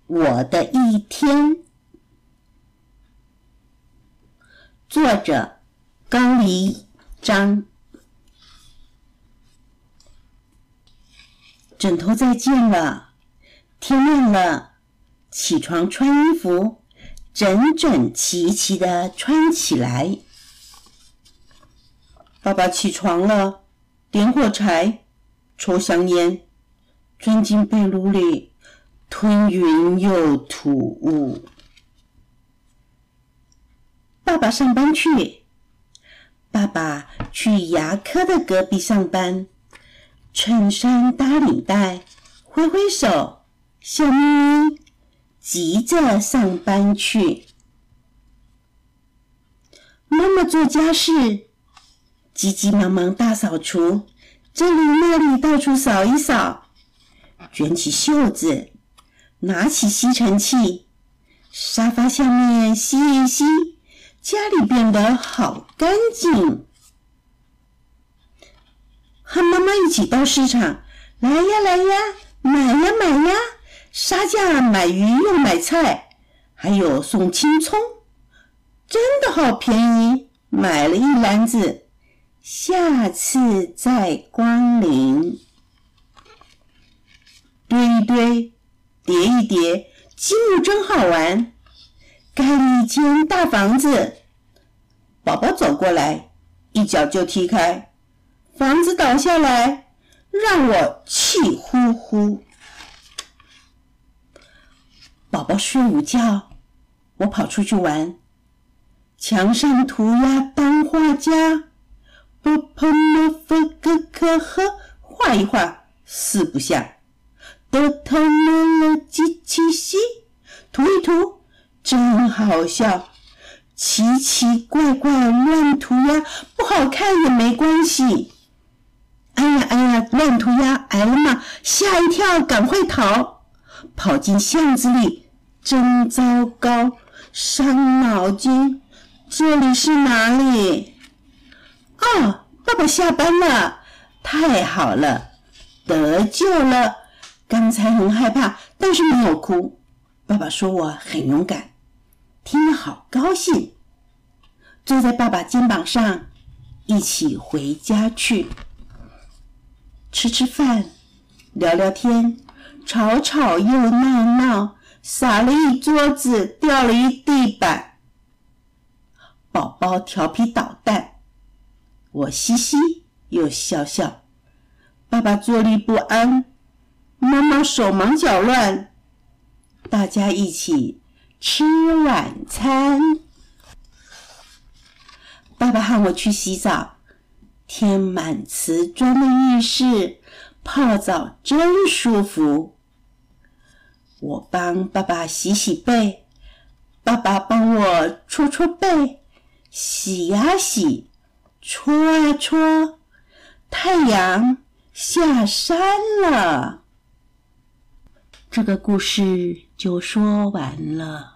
我的一天。作者高黎章。枕头再见了，天亮了，起床穿衣服，整整齐齐地穿起来。爸爸起床了，点火柴，抽香烟，钻进被褥里，吞云又吐雾。爸爸上班去，爸爸去牙科的隔壁上班，衬衫打领带，挥挥手，笑眯眯，急着上班去。妈妈做家事，急急忙忙大扫除，这里那里到处扫一扫，卷起袖子，拿起吸尘器，沙发下面吸一吸，家里变得好干净。和妈妈一起到市场，来呀来呀，买呀买呀，杀价买鱼又买菜，还有送青葱，真的好便宜，买了一篮子，下次再光临。堆一堆，叠一叠，积木真好玩，盖了一间大房子。宝宝走过来，一脚就踢开，房子倒下来，让我气呼呼。宝宝睡午觉，我跑出去玩，墙上涂鸦当画家，不碰了分个可和，画一画四不像，得头了机器戏，涂一涂真好笑，奇奇怪怪乱涂鸦不好看也没关系。哎呀哎呀，乱涂鸦挨了骂，吓一跳，赶快逃，跑进巷子里，真糟糕，伤脑筋，这里是哪里？哦，爸爸下班了，太好了，得救了。刚才很害怕，但是没有哭。爸爸说我很勇敢，听了好高兴。坐在爸爸肩膀上，一起回家去。吃吃饭，聊聊天，吵吵又闹闹，撒了一桌子，掉了一地板。宝宝调皮捣蛋，我嘻嘻又笑笑。爸爸坐立不安，妈妈手忙脚乱。大家一起吃晚餐。爸爸喊我去洗澡，天满瓷砖的浴室，泡澡真舒服。我帮爸爸洗洗背，爸爸帮我搓搓背，洗呀洗，搓啊搓，太阳下山了。这个故事就说完了。